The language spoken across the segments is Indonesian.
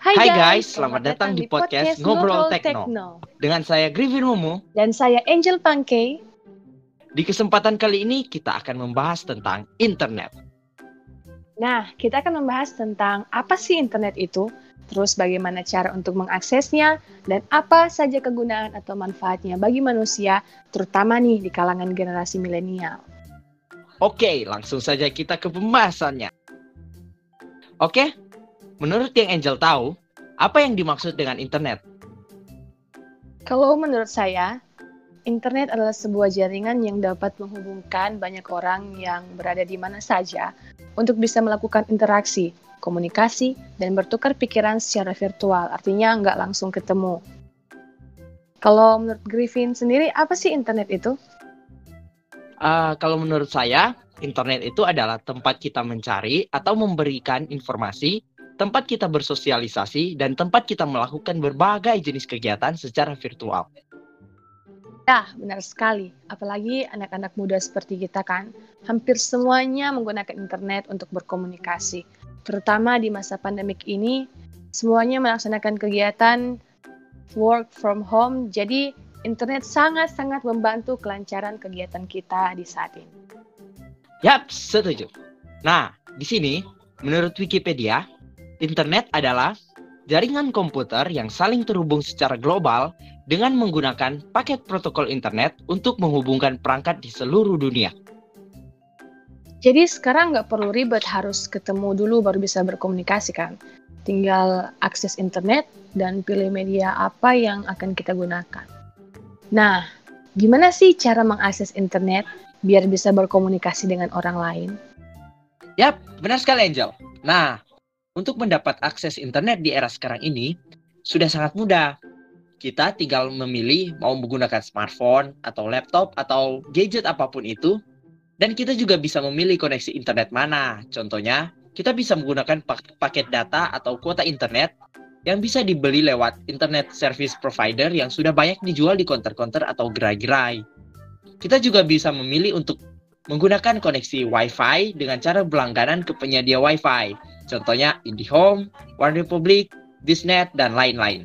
Hai guys, selamat datang di podcast Ngobrol Tekno. Dengan saya Griffin Momo. Dan saya Angel Pankey. Di kesempatan kali ini kita akan membahas tentang internet. Nah, kita akan membahas tentang apa sih internet itu, terus bagaimana cara untuk mengaksesnya, dan apa saja kegunaan atau manfaatnya bagi manusia, terutama nih di kalangan generasi milenial. Oke, langsung saja kita ke pembahasannya. Oke, menurut yang Angel tahu, apa yang dimaksud dengan internet? Kalau menurut saya, internet adalah sebuah jaringan yang dapat menghubungkan banyak orang yang berada di mana saja untuk bisa melakukan interaksi, komunikasi, dan bertukar pikiran secara virtual, artinya nggak langsung ketemu. Kalau menurut Griffin sendiri, apa sih internet itu? Kalau menurut saya, internet itu adalah tempat kita mencari atau memberikan informasi, tempat kita bersosialisasi, dan tempat kita melakukan berbagai jenis kegiatan secara virtual. Ya, benar sekali. Apalagi anak-anak muda seperti kita kan, hampir semuanya menggunakan internet untuk berkomunikasi. Terutama di masa pandemik ini, semuanya melaksanakan kegiatan work from home, jadi internet sangat-sangat membantu kelancaran kegiatan kita di saat ini. Yap, setuju. Nah, di sini, menurut Wikipedia, internet adalah jaringan komputer yang saling terhubung secara global dengan menggunakan paket protokol internet untuk menghubungkan perangkat di seluruh dunia. Jadi sekarang nggak perlu ribet harus ketemu dulu baru bisa berkomunikasi kan. Tinggal akses internet dan pilih media apa yang akan kita gunakan. Nah, gimana sih cara mengakses internet biar bisa berkomunikasi dengan orang lain? Yap, benar sekali Angel. Nah, untuk mendapat akses internet di era sekarang ini, sudah sangat mudah. Kita tinggal memilih mau menggunakan smartphone, atau laptop, atau gadget apapun itu. Dan kita juga bisa memilih koneksi internet mana. Contohnya, kita bisa menggunakan paket data atau kuota internet yang bisa dibeli lewat internet service provider yang sudah banyak dijual di counter-counter atau gerai-gerai. Kita juga bisa memilih untuk menggunakan koneksi Wi-Fi dengan cara berlangganan ke penyedia Wi-Fi. Contohnya IndiHome, One Republic, Disnet, dan lain-lain.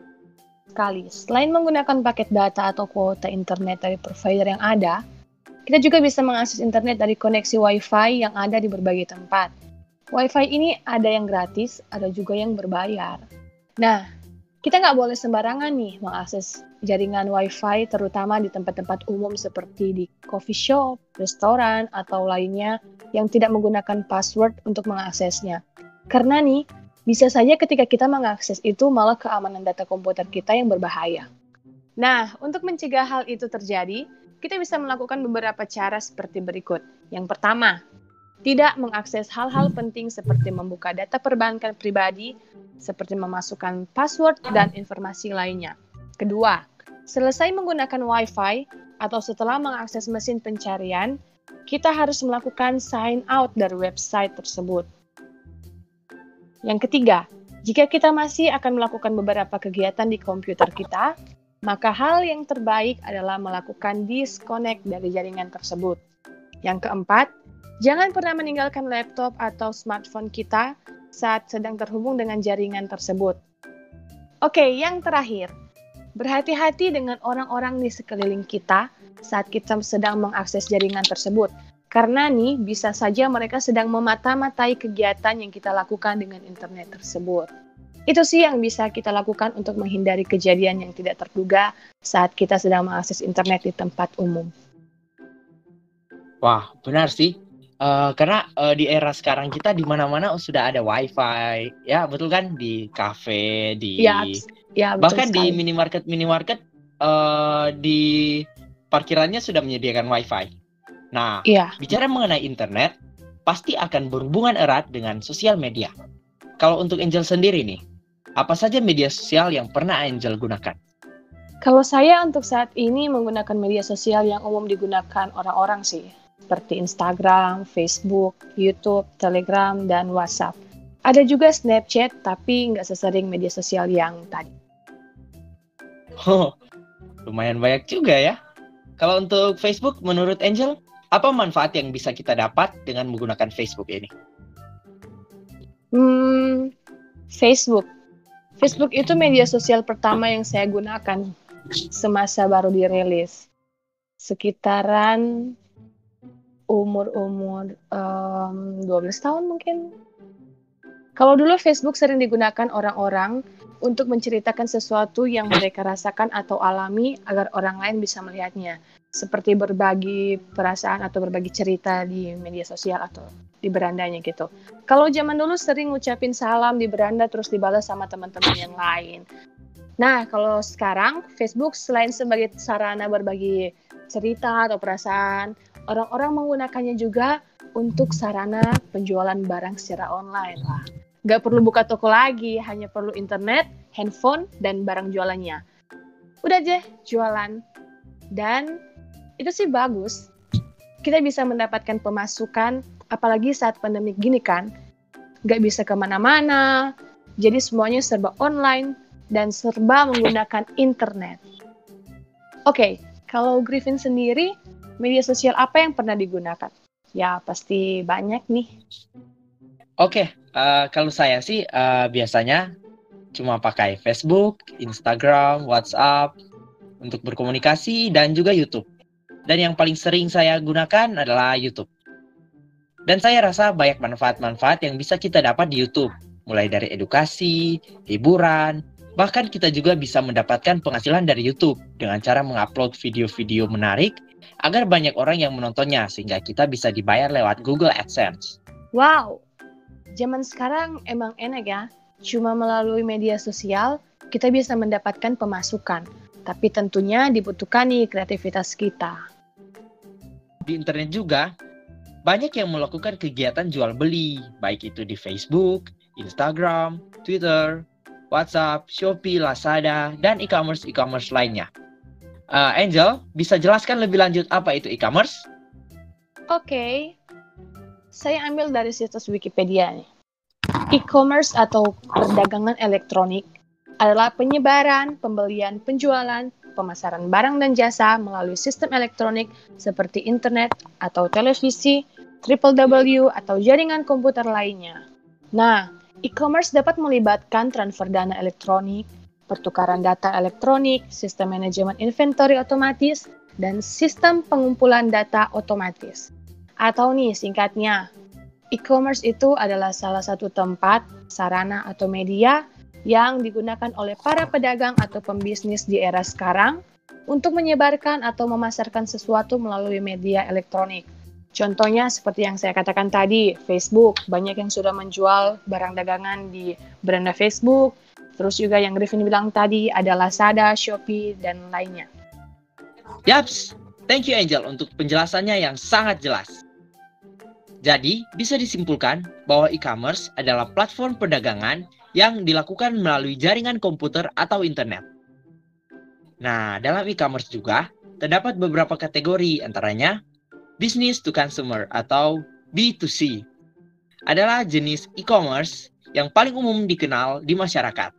Selain menggunakan paket data atau kuota internet dari provider yang ada, kita juga bisa mengakses internet dari koneksi Wi-Fi yang ada di berbagai tempat. Wi-Fi ini ada yang gratis, ada juga yang berbayar. Nah, kita nggak boleh sembarangan nih mengakses jaringan Wi-Fi, terutama di tempat-tempat umum seperti di coffee shop, restoran, atau lainnya yang tidak menggunakan password untuk mengaksesnya. Karena nih, bisa saja ketika kita mengakses itu malah keamanan data komputer kita yang berbahaya. Nah, untuk mencegah hal itu terjadi, kita bisa melakukan beberapa cara seperti berikut. Yang pertama, tidak mengakses hal-hal penting seperti membuka data perbankan pribadi, seperti memasukkan password dan informasi lainnya. Kedua, selesai menggunakan Wi-Fi atau setelah mengakses mesin pencarian, kita harus melakukan sign out dari website tersebut. Yang ketiga, jika kita masih akan melakukan beberapa kegiatan di komputer kita, maka hal yang terbaik adalah melakukan disconnect dari jaringan tersebut. Yang keempat, jangan pernah meninggalkan laptop atau smartphone kita saat sedang terhubung dengan jaringan tersebut. Oke, yang terakhir, berhati-hati dengan orang-orang di sekeliling kita saat kita sedang mengakses jaringan tersebut. Karena nih, bisa saja mereka sedang memata-matai kegiatan yang kita lakukan dengan internet tersebut. Itu sih yang bisa kita lakukan untuk menghindari kejadian yang tidak terduga saat kita sedang mengakses internet di tempat umum. Wah, benar sih. Karena di era sekarang kita di mana-mana sudah ada Wi-Fi, ya betul kan, di kafe, bahkan di minimarket di parkirannya sudah menyediakan Wi-Fi. Nah, bicara mengenai internet, pasti akan berhubungan erat dengan sosial media. Kalau untuk Angel sendiri nih, apa saja media sosial yang pernah Angel gunakan? Kalau saya untuk saat ini menggunakan media sosial yang umum digunakan orang-orang sih. Seperti Instagram, Facebook, YouTube, Telegram, dan WhatsApp. Ada juga Snapchat, tapi nggak sesering media sosial yang tadi. Oh, lumayan banyak juga ya. Kalau untuk Facebook, menurut Angel, apa manfaat yang bisa kita dapat dengan menggunakan Facebook ini? Facebook. Facebook itu media sosial pertama yang saya gunakan semasa baru dirilis. Sekitaran umur 12 tahun mungkin. Kalau dulu Facebook sering digunakan orang-orang untuk menceritakan sesuatu yang mereka rasakan atau alami agar orang lain bisa melihatnya. Seperti berbagi perasaan atau berbagi cerita di media sosial atau di berandanya gitu. Kalau zaman dulu sering ngucapin salam di beranda terus dibalas sama teman-teman yang lain. Nah, kalau sekarang Facebook selain sebagai sarana berbagi cerita atau perasaan, orang-orang menggunakannya juga untuk sarana penjualan barang secara online. Wah, nggak perlu buka toko lagi, hanya perlu internet, handphone, dan barang jualannya. Udah aja jualan. Dan itu sih bagus. Kita bisa mendapatkan pemasukan, apalagi saat pandemi gini kan. Nggak bisa kemana-mana, jadi semuanya serba online dan serba menggunakan internet. Oke, kalau Griffin sendiri, media sosial apa yang pernah digunakan? Ya, pasti banyak nih. Oke, kalau saya sih biasanya cuma pakai Facebook, Instagram, WhatsApp untuk berkomunikasi dan juga YouTube. Dan yang paling sering saya gunakan adalah YouTube. Dan saya rasa banyak manfaat-manfaat yang bisa kita dapat di YouTube. Mulai dari edukasi, hiburan, bahkan kita juga bisa mendapatkan penghasilan dari YouTube dengan cara mengupload video-video menarik agar banyak orang yang menontonnya sehingga kita bisa dibayar lewat Google AdSense. Wow, zaman sekarang emang enak ya. Cuma melalui media sosial kita bisa mendapatkan pemasukan. Tapi tentunya dibutuhkan nih kreativitas kita. Di internet juga, banyak yang melakukan kegiatan jual beli, baik itu di Facebook, Instagram, Twitter, WhatsApp, Shopee, Lazada, dan e-commerce lainnya. Angel, bisa jelaskan lebih lanjut apa itu e-commerce? Oke, saya ambil dari situs Wikipedia nih. E-commerce atau perdagangan elektronik adalah penyebaran, pembelian, penjualan, pemasaran barang dan jasa melalui sistem elektronik seperti internet atau televisi, www atau jaringan komputer lainnya. Nah, e-commerce dapat melibatkan transfer dana elektronik, pertukaran data elektronik, sistem manajemen inventory otomatis, dan sistem pengumpulan data otomatis. Atau nih singkatnya, e-commerce itu adalah salah satu tempat, sarana atau media yang digunakan oleh para pedagang atau pembisnis di era sekarang untuk menyebarkan atau memasarkan sesuatu melalui media elektronik. Contohnya seperti yang saya katakan tadi, Facebook. Banyak yang sudah menjual barang dagangan di beranda Facebook. Terus juga yang Griffin bilang tadi ada Lazada, Shopee, dan lainnya. Yaps, thank you Angel untuk penjelasannya yang sangat jelas. Jadi, bisa disimpulkan bahwa e-commerce adalah platform perdagangan yang dilakukan melalui jaringan komputer atau internet. Nah, dalam e-commerce juga terdapat beberapa kategori, antaranya business to consumer atau B2C. Adalah jenis e-commerce yang paling umum dikenal di masyarakat.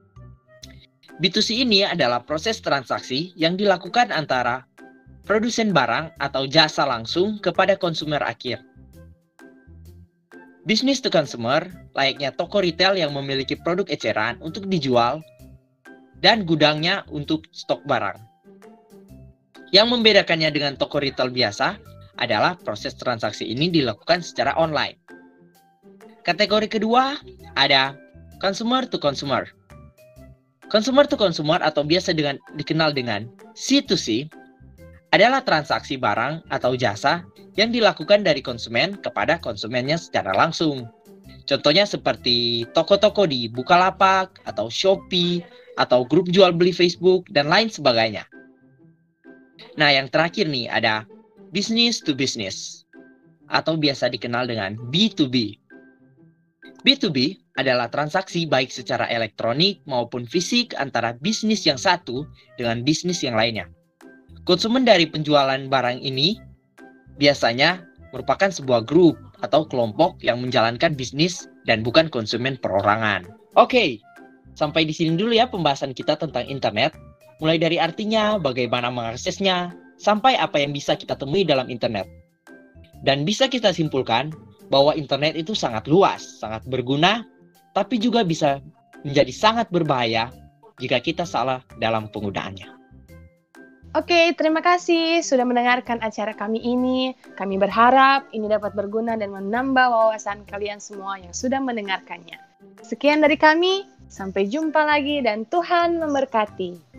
B2C ini adalah proses transaksi yang dilakukan antara produsen barang atau jasa langsung kepada konsumer akhir. Business to consumer layaknya toko retail yang memiliki produk eceran untuk dijual dan gudangnya untuk stok barang. Yang membedakannya dengan toko retail biasa adalah proses transaksi ini dilakukan secara online. Kategori kedua ada consumer to consumer. Consumer to consumer atau biasa dikenal dengan C2C adalah transaksi barang atau jasa yang dilakukan dari konsumen kepada konsumennya secara langsung. Contohnya seperti toko-toko di Bukalapak atau Shopee atau grup jual beli Facebook dan lain sebagainya. Nah, yang terakhir nih ada business to business atau biasa dikenal dengan B2B. B2B adalah transaksi baik secara elektronik maupun fisik antara bisnis yang satu dengan bisnis yang lainnya. Konsumen dari penjualan barang ini biasanya merupakan sebuah grup atau kelompok yang menjalankan bisnis dan bukan konsumen perorangan. Oke, sampai di sini dulu ya pembahasan kita tentang internet. Mulai dari artinya, bagaimana mengaksesnya, sampai apa yang bisa kita temui dalam internet. Dan bisa kita simpulkan bahwa internet itu sangat luas, sangat berguna, tapi juga bisa menjadi sangat berbahaya jika kita salah dalam penggunaannya. Oke, terima kasih sudah mendengarkan acara kami ini. Kami berharap ini dapat berguna dan menambah wawasan kalian semua yang sudah mendengarkannya. Sekian dari kami, sampai jumpa lagi dan Tuhan memberkati.